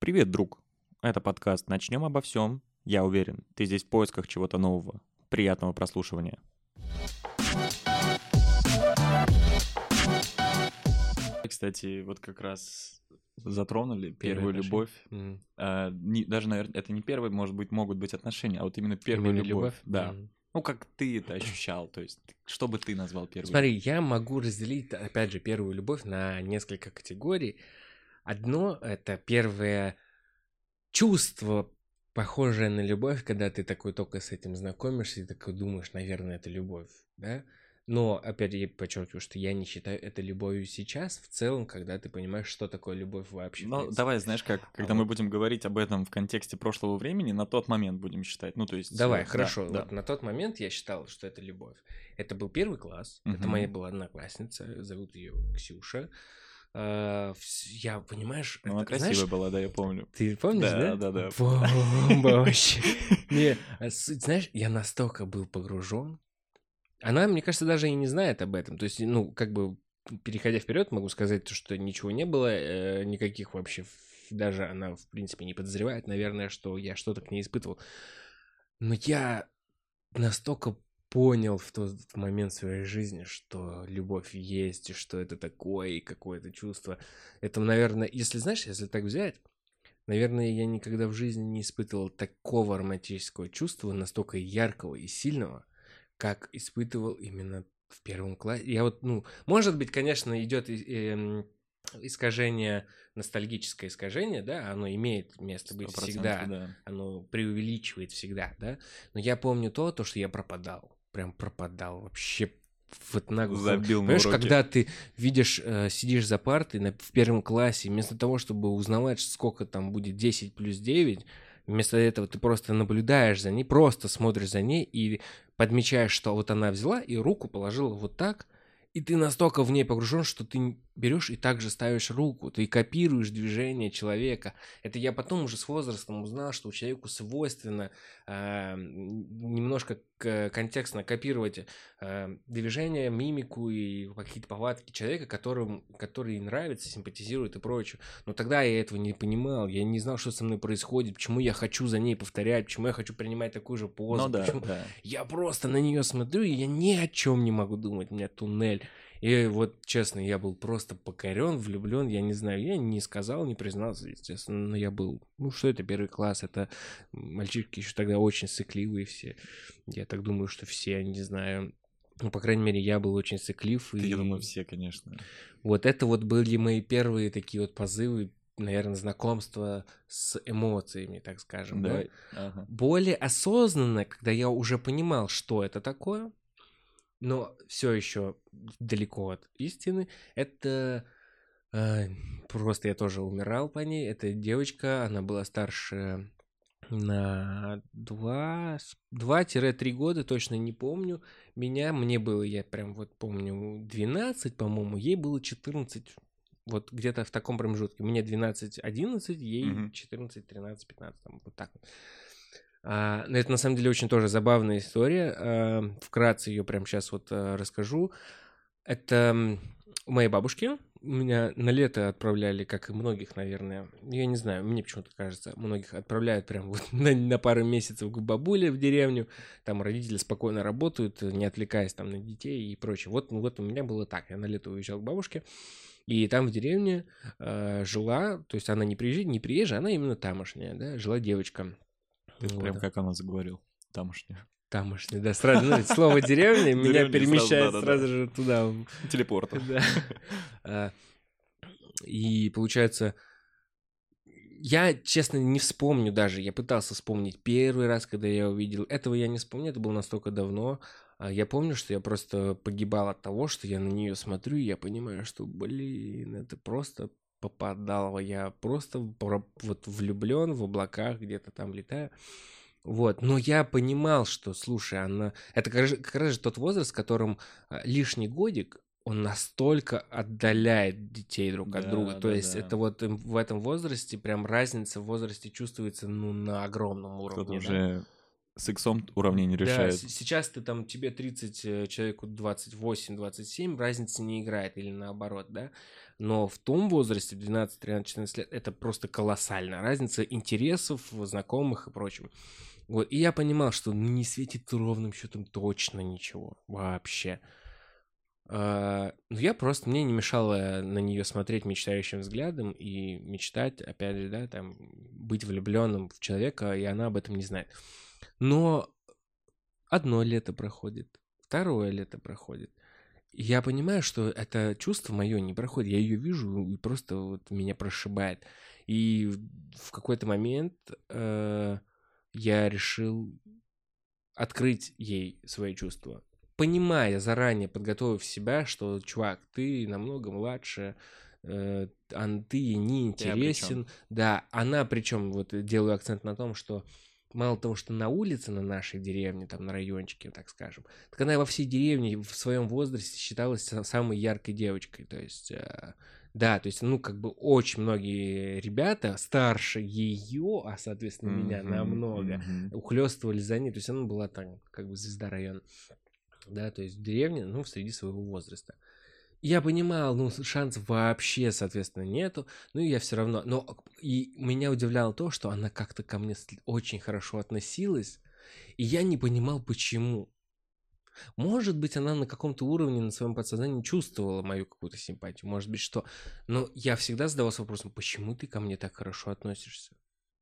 Привет, друг. Это подкаст «Начнем обо всем». Я уверен, ты здесь в поисках чего-то нового. Приятного прослушивания. Кстати, вот как раз затронули первую любовь. Даже, наверное, это не первые, может быть, могут быть отношения, а вот именно первую Именно любовь. любовь? Да. Ну, как ты это ощущал, то есть, что бы ты назвал первой? Смотри, я могу разделить, опять же, первую любовь на несколько категорий. Одно — это первое чувство, похожее на любовь, когда ты такой только с этим знакомишься и такой думаешь, наверное, это любовь, да? Но, опять же, я подчеркиваю, что я не считаю это любовью сейчас, в целом, когда ты понимаешь, что такое любовь вообще. Ну, давай, знаешь как, когда мы будем говорить об этом в контексте прошлого времени, на тот момент будем считать, ну, то есть... Давай, да, хорошо. да. Вот на тот момент я считал, что это любовь. Это был первый класс, это моя была одноклассница, зовут ее Ксюша. Я, понимаешь... Ну, она это, красивая знаешь, была, да, я помню. Ты помнишь, да? Да. Бомба вообще. Знаешь, я настолько был погружен. Она, мне кажется, даже и не знает об этом. То есть, ну, как бы, переходя вперед, могу сказать, что ничего не было, никаких вообще, даже она, в принципе, не подозревает, наверное, что я что-то к ней испытывал. Но я настолько понял в тот момент своей жизни, что любовь есть, и что это такое, и какое-то чувство. Это, наверное, если так взять, наверное, я никогда в жизни не испытывал такого романтического чувства, настолько яркого и сильного, как испытывал именно в первом классе. Я вот, может быть, конечно, идет искажение, ностальгическое искажение, да, оно имеет место быть всегда, да. оно преувеличивает всегда, да, но я помню то, что я пропадал, прям пропадал вообще. Вот наглухо. Забил на Понимаешь, уроки. когда ты видишь, сидишь за партой в первом классе, вместо того, чтобы узнавать, сколько там будет 10 плюс 9, вместо этого ты просто наблюдаешь за ней, просто смотришь за ней и подмечаешь, что вот она взяла и руку положила вот так, и ты настолько в ней погружен, что ты берешь и также ставишь руку, ты копируешь движение человека. Это я потом уже с возрастом узнал, что человеку свойственно немножко контекстно копировать движение, мимику и какие-то повадки человека, который нравится, симпатизирует и прочее. Но тогда я этого не понимал, я не знал, что со мной происходит, почему я хочу за ней повторять, почему я хочу принимать такую же позу. Ну да, почему... да. Я просто на нее смотрю, и я ни о чем не могу думать, у меня туннель. И вот, честно, я был просто покорен, влюблен, я не знаю, я не сказал, не признался, естественно, но я был, что это первый класс, это мальчишки еще тогда очень сыкливые все, я так думаю, что все, не знаю, по крайней мере, я был очень сыклив. Я думаю, все, конечно. Вот это вот были мои первые такие вот позывы, наверное, знакомства с эмоциями, так скажем, Давай. да? Ага. Более осознанно, когда я уже понимал, что это такое, но все еще далеко от истины, это просто я тоже умирал по ней. Это девочка, она была старше на 2-3 года, точно не помню. Мне было, я прям вот помню, 12, по-моему, ей было 14. Вот где-то в таком промежутке. Мне 12-11, ей 14-13-15, там, вот так. Но это на самом деле очень тоже забавная история. Вкратце ее прямо сейчас вот расскажу. Это у моей бабушки. Меня на лето отправляли, как и многих, наверное. Я не знаю, мне почему-то кажется, многих отправляют прям вот на пару месяцев к бабуле в деревню. Там родители спокойно работают, не отвлекаясь там на детей и прочее. Вот у меня было так. Я на лето уезжал к бабушке. И там в деревне жила, то есть она не приезжая, она именно тамошняя, да, жила девочка. Ты прям как она заговорил, тамошняя. Тамошняя, да, сразу, слово деревня меня перемещает сразу же туда. Телепорт. Да. И получается, я, честно, не вспомню даже, я пытался вспомнить первый раз, когда я увидел, этого я не вспомню, это было настолько давно. Я помню, что я просто погибал от того, что я на нее смотрю, и я понимаю, что, блин, это просто попадало, я просто вот влюблен в облаках, где-то там летаю. Вот, но я понимал, что, слушай, это как раз же тот возраст, в котором лишний годик, он настолько отдаляет детей друг от друга. То есть это вот в этом возрасте прям разница в возрасте чувствуется, на огромном уровне. Кто-то уже с иксом уравнение решает. Да, сейчас тебе 30, человеку 28-27, разница не играет, или наоборот, да? Но в том возрасте, 12, 13, 14 лет, это просто колоссальная разница интересов, знакомых и прочего. Вот, и я понимал, что не светит ровным счетом точно ничего вообще. Но мне не мешало на нее смотреть мечтающим взглядом и мечтать, опять же, да, там, быть влюбленным в человека, и она об этом не знает. Но одно лето проходит, второе лето проходит. И я понимаю, что это чувство мое не проходит. Я ее вижу, и просто вот меня прошибает. И в какой-то момент я решил открыть ей свои чувства. Понимая заранее, подготовив себя, что, чувак, ты намного младше, ты ей не интересен. Да, она причем, вот делаю акцент на том, что мало того, что на улице, на нашей деревне, там на райончике, так скажем, так она во всей деревне в своем возрасте считалась самой яркой девочкой. То есть, да, то есть, очень многие ребята старше ее, а, соответственно, меня намного, ухлёстывали за ней. То есть, она была там, звезда района. Да, то есть, в деревне, среди своего возраста. Я понимал, шансов вообще, соответственно, нету, и я все равно... И меня удивляло то, что она как-то ко мне очень хорошо относилась, и я не понимал, почему. Может быть, она на каком-то уровне на своем подсознании чувствовала мою какую-то симпатию, может быть, что... Но я всегда задавался вопросом, почему ты ко мне так хорошо относишься?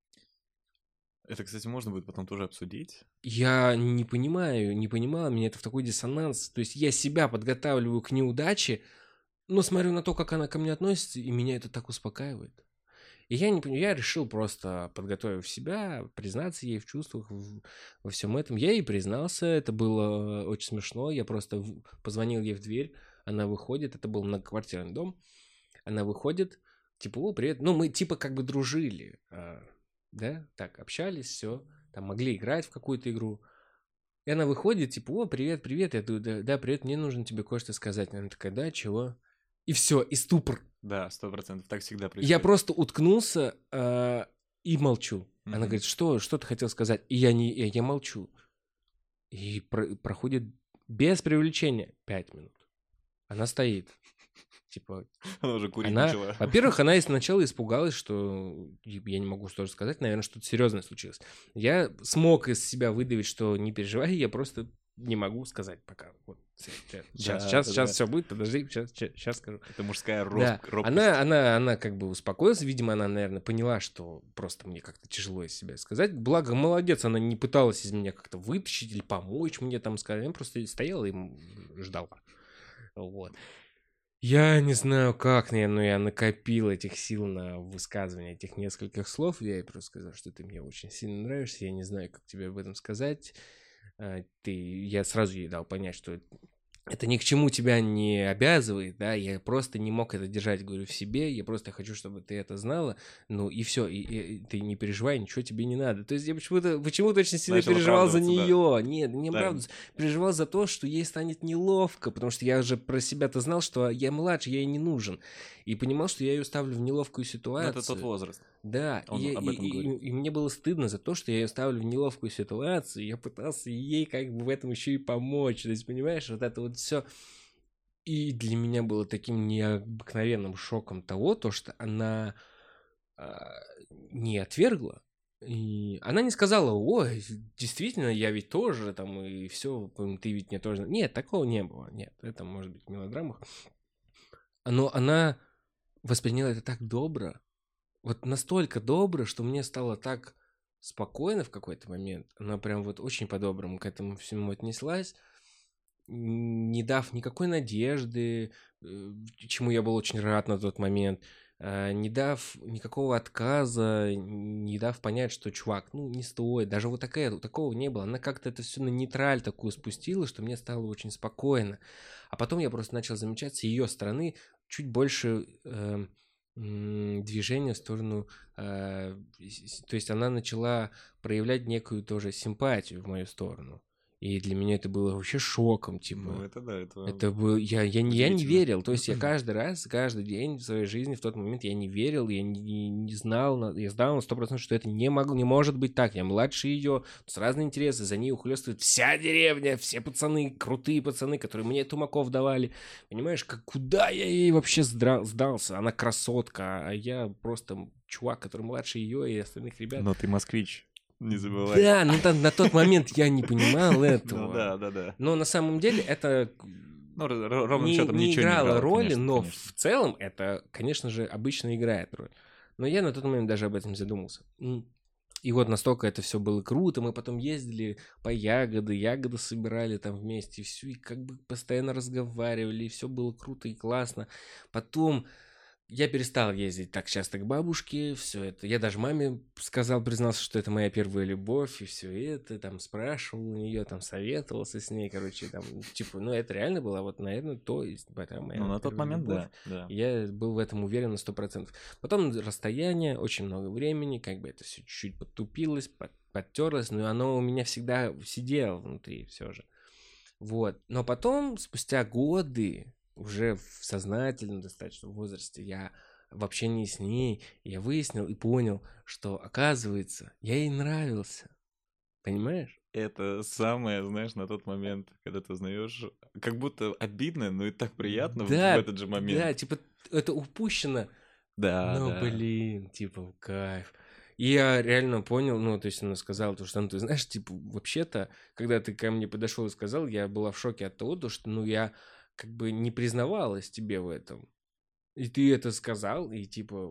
Это, кстати, можно будет потом тоже обсудить. Я не понимаю, меня это в такой диссонанс. То есть я себя подготавливаю к неудаче, но смотрю на то, как она ко мне относится, и меня это так успокаивает. И я не понимаю, я решил просто, подготовив себя, признаться ей в чувствах, во всем этом. Я ей признался, это было очень смешно. Я просто позвонил ей в дверь, она выходит, это был многоквартирный дом. Она выходит, типа, о, привет. Мы типа как бы дружили, да, так, общались, все, там могли играть в какую-то игру. И она выходит, типа, о, привет, привет. Я говорю, да, привет, мне нужно тебе кое-что сказать. Она такая, да, чего? И все, и ступор. Да, 100%, так всегда происходит. Я просто уткнулся и молчу. Она говорит, что ты хотел сказать? И я молчу. И проходит без преувеличения 5 минут. Она стоит. Типа, она уже курить начала. Во-первых, она сначала испугалась, что я не могу тоже сказать, наверное, что-то серьезное случилось. Я смог из себя выдавить, что не переживай, я просто не могу сказать пока. Вот, сейчас все будет, подожди, сейчас скажу. Это мужская робость. Она как бы успокоилась, видимо, она, наверное, поняла, что просто мне как-то тяжело из себя сказать. Благо, молодец, она не пыталась из меня как-то вытащить или помочь мне там сказать. Она просто стояла и ждала. Вот. Я не знаю как, но я накопил этих сил на высказывание этих нескольких слов. Я ей просто сказал, что ты мне очень сильно нравишься. Я не знаю, как тебе об этом сказать. Я сразу ей дал понять, что это ни к чему тебя не обязывает, да, я просто не мог это держать, говорю, в себе, я просто хочу, чтобы ты это знала, и все, и ты не переживай, ничего тебе не надо. То есть я почему-то очень сильно переживал за нее, да. Нет, не оправдываться, переживал за то, что ей станет неловко, потому что я уже про себя-то знал, что я младше, я ей не нужен, и понимал, что я ее ставлю в неловкую ситуацию. Но это тот возраст. Да, и мне было стыдно за то, что я ее ставлю в неловкую ситуацию, я пытался ей как бы в этом еще и помочь, то есть, понимаешь, вот это вот все. И для меня было таким необыкновенным шоком то, что она не отвергла, и она не сказала, ой, действительно, я ведь тоже, там, и все, ты ведь мне тоже... Нет, такого не было, нет, это может быть в мелодрамах. Но она восприняла это так добро, вот настолько добро, что мне стало так спокойно в какой-то момент. Она прям вот очень по-доброму к этому всему отнеслась, не дав никакой надежды, чему я был очень рад на тот момент, не дав никакого отказа, не дав понять, что, чувак, не стоит. Даже вот такого не было. Она как-то это все на нейтраль такую спустила, что мне стало очень спокойно. А потом я просто начал замечать с ее стороны чуть больше... движение в сторону, то есть она начала проявлять некую тоже симпатию в мою сторону. И для меня это было вообще шоком, типа. Ну, это да, это было... Я не верил. То есть я каждый день в своей жизни в тот момент я не верил, я не знал, я знал на 100%, что это не может быть так. Я младше ее, с разные интересы, за ней ухлёстывает вся деревня, все пацаны, крутые пацаны, которые мне тумаков давали. Понимаешь, куда я ей вообще сдался? Она красотка, а я просто чувак, который младше ее и остальных ребят. Но ты москвич. Не забывай. Да, ну на тот момент я не понимал этого. Ну да. Но на самом деле это не играло роли, но в целом это, конечно же, обычно играет роль. Но я на тот момент даже об этом задумался. И вот настолько это все было круто, мы потом ездили по ягоды собирали там вместе, и как бы постоянно разговаривали, и все было круто и классно. Потом я перестал ездить так часто к бабушке, все это. Я даже маме признался, что это моя первая любовь, и все это, там, спрашивал у нее, там, советовался с ней, короче, там, типа, это реально было, вот, наверное, это моя на тот момент, любовь. Да. Я был в этом уверен на 100%. Потом расстояние, очень много времени, как бы это все чуть-чуть подтупилось, подтерлось, но оно у меня всегда сидело внутри все же. Вот. Но потом, спустя годы, уже в сознательном достаточно возрасте, я в общении с ней, я выяснил и понял, что, оказывается, я ей нравился. Понимаешь? Это самое, знаешь, на тот момент, когда ты узнаешь, как будто обидно, но и так приятно в этот же момент. Да, типа, это упущено. Да, да. Блин, типа, кайф. И я реально понял, то есть она сказала, что, ты знаешь, типа, вообще-то, когда ты ко мне подошел и сказал, я была в шоке от того, что, я как бы не признавалась тебе в этом. И ты это сказал, и типа,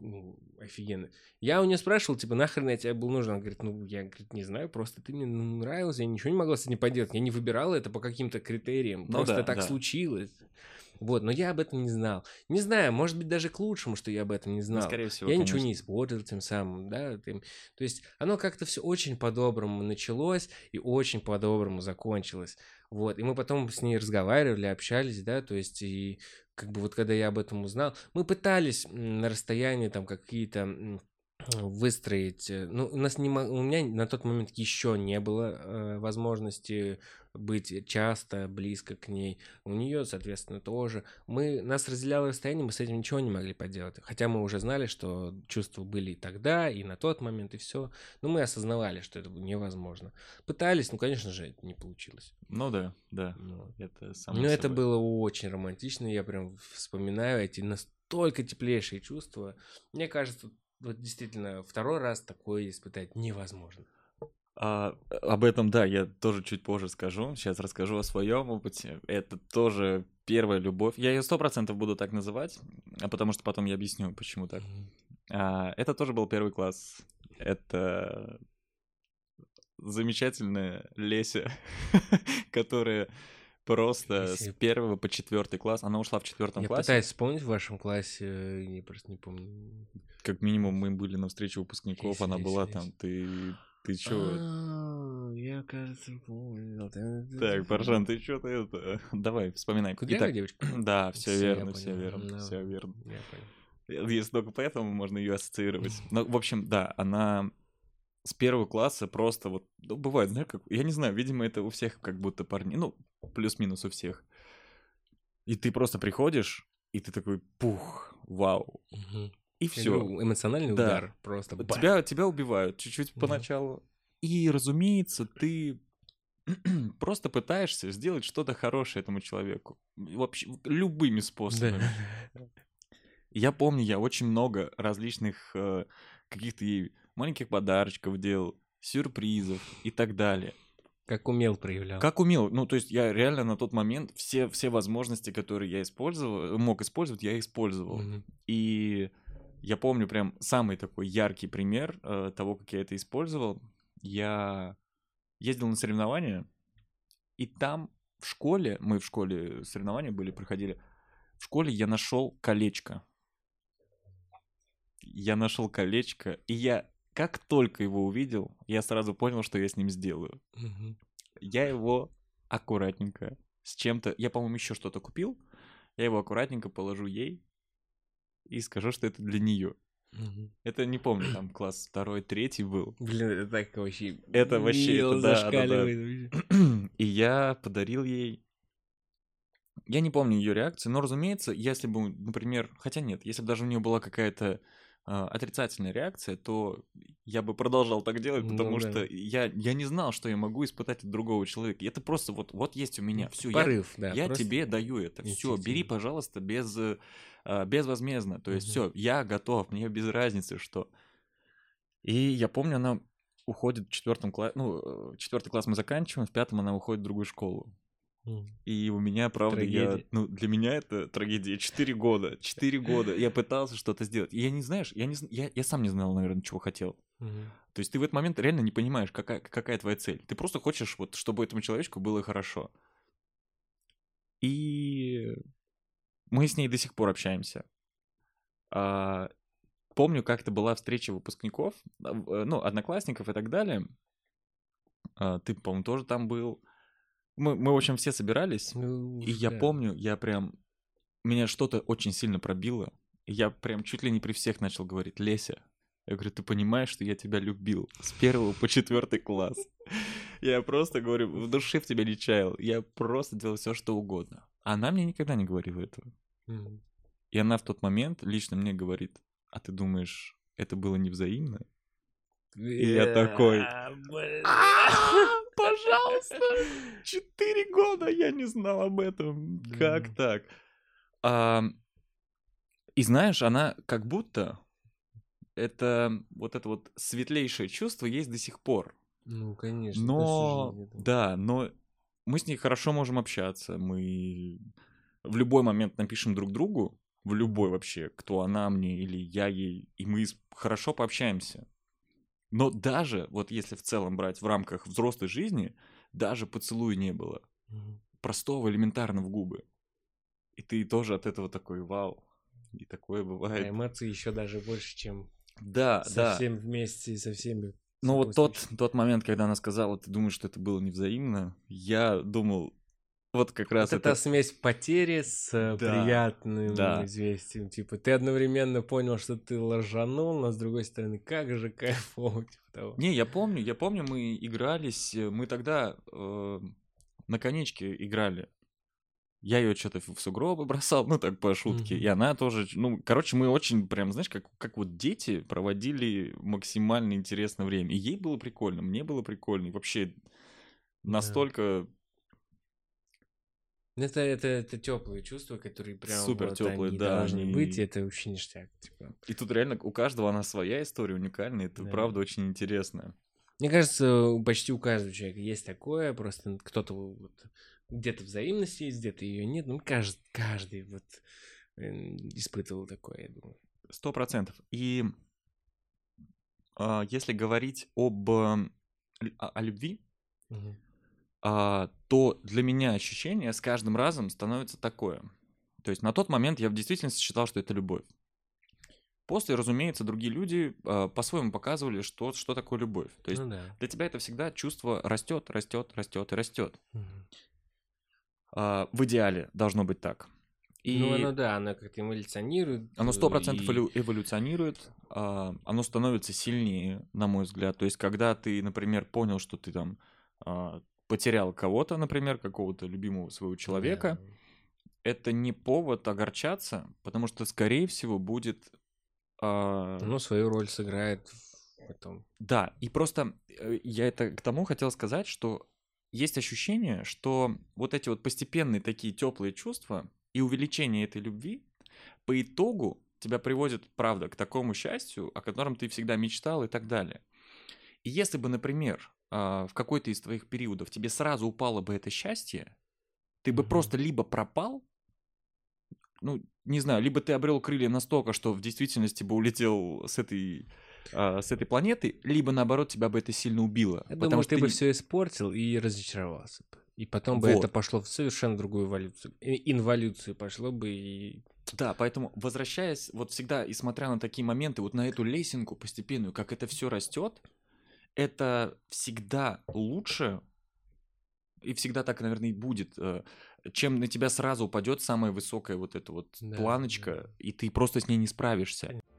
офигенно. Я у нее спрашивал, типа, нахрен я тебе был нужен? Она говорит, я не знаю, просто ты мне нравился, я ничего не могла с этим поделать. Я не выбирала это по каким-то критериям, просто так случилось. Вот, но я об этом не знал. Не знаю, может быть, даже к лучшему, что я об этом не знал. Скорее всего, я ничего не испортил тем самым, да. То есть оно как-то все очень по-доброму началось и очень по-доброму закончилось. Вот, и мы потом с ней разговаривали, общались, да, то есть и как бы вот когда я об этом узнал, мы пытались на расстоянии там какие-то выстроить, у меня на тот момент еще не было возможности быть часто близко к ней, у нее, соответственно, тоже. Нас разделяло расстояние, мы с этим ничего не могли поделать, хотя мы уже знали, что чувства были и тогда, и на тот момент, и все, но мы осознавали, что это невозможно. Пытались, конечно же, это не получилось. Да. Это само собой. Это было очень романтично, я прям вспоминаю эти настолько теплейшие чувства. Мне кажется, вот действительно, второй раз такое испытать невозможно. Об этом, да, я тоже чуть позже скажу. Сейчас расскажу о своем опыте. Это тоже первая любовь. Я ее 100% буду так называть, потому что потом я объясню, почему так. Это тоже был первый класс. Это замечательная Леся, которая просто с 1 по 4 класс, она ушла в 4 классе. Я пытаюсь вспомнить в вашем классе, я просто не помню. Как минимум мы были на встрече выпускников, она была там, ты чё? Я, кажется, помню. Так, Паржан, ты чё-то это... Давай, вспоминай. Кудрявая девочка? Да, все верно. Если только поэтому можно ее ассоциировать. Ну, в общем, да, она с 1 класса просто вот... бывает, знаешь, как... Я не знаю, видимо, это у всех как будто парни... плюс-минус у всех. И ты просто приходишь, и ты такой, пух, вау. И все. Эмоциональный удар просто. Тебя убивают чуть-чуть поначалу. И, разумеется, ты просто пытаешься сделать что-то хорошее этому человеку. Вообще, любыми способами. Я помню, я очень много различных каких-то ей маленьких подарочков делал, сюрпризов и так далее. Как умел проявлял. Как умел. То есть я реально на тот момент все возможности, которые я мог использовать, я использовал. И я помню прям самый такой яркий пример того, как я это использовал. Я ездил на соревнования, и там в школе, мы в школе соревнования проходили, в школе я нашел колечко. И я как только его увидел, я сразу понял, что я с ним сделаю. Я его аккуратненько с чем-то... Я, по-моему, еще что-то купил. Я его аккуратненько положу ей и скажу, что это для нее. Это не помню, там класс 2, 3 был. Блин, это так вообще... Это вообще, это да. зашкаливает. И я подарил ей... Я не помню ее реакции, но, разумеется, если бы, например... Хотя нет, если бы даже у нее была какая-то отрицательная реакция, то я бы продолжал так делать, потому что я не знал, что я могу испытать от другого человека. И это просто вот есть у меня. Все, порыв, да. Я тебе даю это. Все, бери, пожалуйста, безвозмездно. То есть все, я готов, мне без разницы, что. И я помню, она уходит в 4 классе. Ну, 4 класс мы заканчиваем, в 5 она уходит в другую школу. И у меня, правда, для меня это трагедия. 4 года. 4 года. Я пытался что-то сделать. И я сам не знал, наверное, чего хотел. То есть ты в этот момент реально не понимаешь, какая твоя цель. Ты просто хочешь, вот, чтобы этому человечку было хорошо. И мы с ней до сих пор общаемся. Помню, как-то была встреча выпускников, ну, одноклассников и так далее. Ты, по-моему, тоже там был. Мы, в общем, все собирались, и я помню, меня что-то очень сильно пробило, и я прям чуть ли не при всех начал говорить: Леся, я говорю, ты понимаешь, что я тебя любил с 1 по 4 класс? Я просто говорю, в душе в тебя не чаял, я просто делал все, что угодно. А она мне никогда не говорила этого. И она в тот момент лично мне говорит: а ты думаешь, это было невзаимно? И я такой... Пожалуйста! 4 года я не знал об этом. Как так? И знаешь, она как будто... Это вот светлейшее чувство есть до сих пор. Ну, конечно. Но... Да, но мы с ней хорошо можем общаться. Мы в любой момент напишем друг другу. В любой вообще, кто она мне или я ей. И мы хорошо пообщаемся. Но даже, вот если в целом брать в рамках взрослой жизни, даже поцелуя не было. Простого, элементарно в губы. И ты тоже от этого такой: вау. И такое бывает. А эмоции еще даже больше, чем да. Совсем вместе, со всеми. Ну вот тот момент, когда она сказала: ты думаешь, что это было невзаимно, я думал, вот как раз это смесь потери с приятным известием. Типа, ты одновременно понял, что ты лажанул, но с другой стороны, как же кайфово. Типа того. Не, я помню, мы игрались, мы тогда на конечке играли. Я ее что-то в сугробы бросал, ну так по шутке, и она тоже, ну, короче, мы очень прям, знаешь, как вот дети проводили максимально интересное время. И ей было прикольно, мне было прикольно, и вообще настолько... Это теплые чувства, которые прям супер вот теплые, они да, должны быть, и это вообще ништяк. Типа. И тут реально у каждого она своя история уникальная, это правда очень интересно. Мне кажется, почти у каждого человека есть такое, просто кто-то вот где-то взаимность есть, где-то ее нет, ну каждый вот испытывал такое, я думаю. 100%. И если говорить о любви, то для меня ощущение с каждым разом становится такое. То есть на тот момент я в действительности считал, что это любовь. После, разумеется, другие люди по-своему показывали, что такое любовь. То есть для тебя это всегда чувство растет, растет, растет и растет. В идеале должно быть так. И ну, оно как-то эволюционирует. Оно 100% эволюционирует, оно становится сильнее, на мой взгляд. То есть, когда ты, например, понял, что ты там потерял кого-то, например, какого-то любимого своего человека, это не повод огорчаться, потому что, скорее всего, будет... Ну, свою роль сыграет в этом. Да, и просто я это к тому хотел сказать, что есть ощущение, что вот эти вот постепенные такие теплые чувства и увеличение этой любви по итогу тебя приводит, правда, к такому счастью, о котором ты всегда мечтал и так далее. И если бы, например, в какой-то из твоих периодов тебе сразу упало бы это счастье, ты бы просто либо пропал, ну, не знаю, либо ты обрел крылья настолько, что в действительности бы улетел с этой планеты, либо, наоборот, тебя бы это сильно убило. Я думаю, ты бы все испортил и разочаровался бы. И потом бы это пошло в совершенно другую эволюцию. Инволюцию пошло бы и... Да, поэтому, возвращаясь вот всегда и смотря на такие моменты, вот на эту лесенку постепенную, как это все растет, это всегда лучше, и всегда так, наверное, и будет, чем на тебя сразу упадет самая высокая вот эта вот планочка, и ты просто с ней не справишься.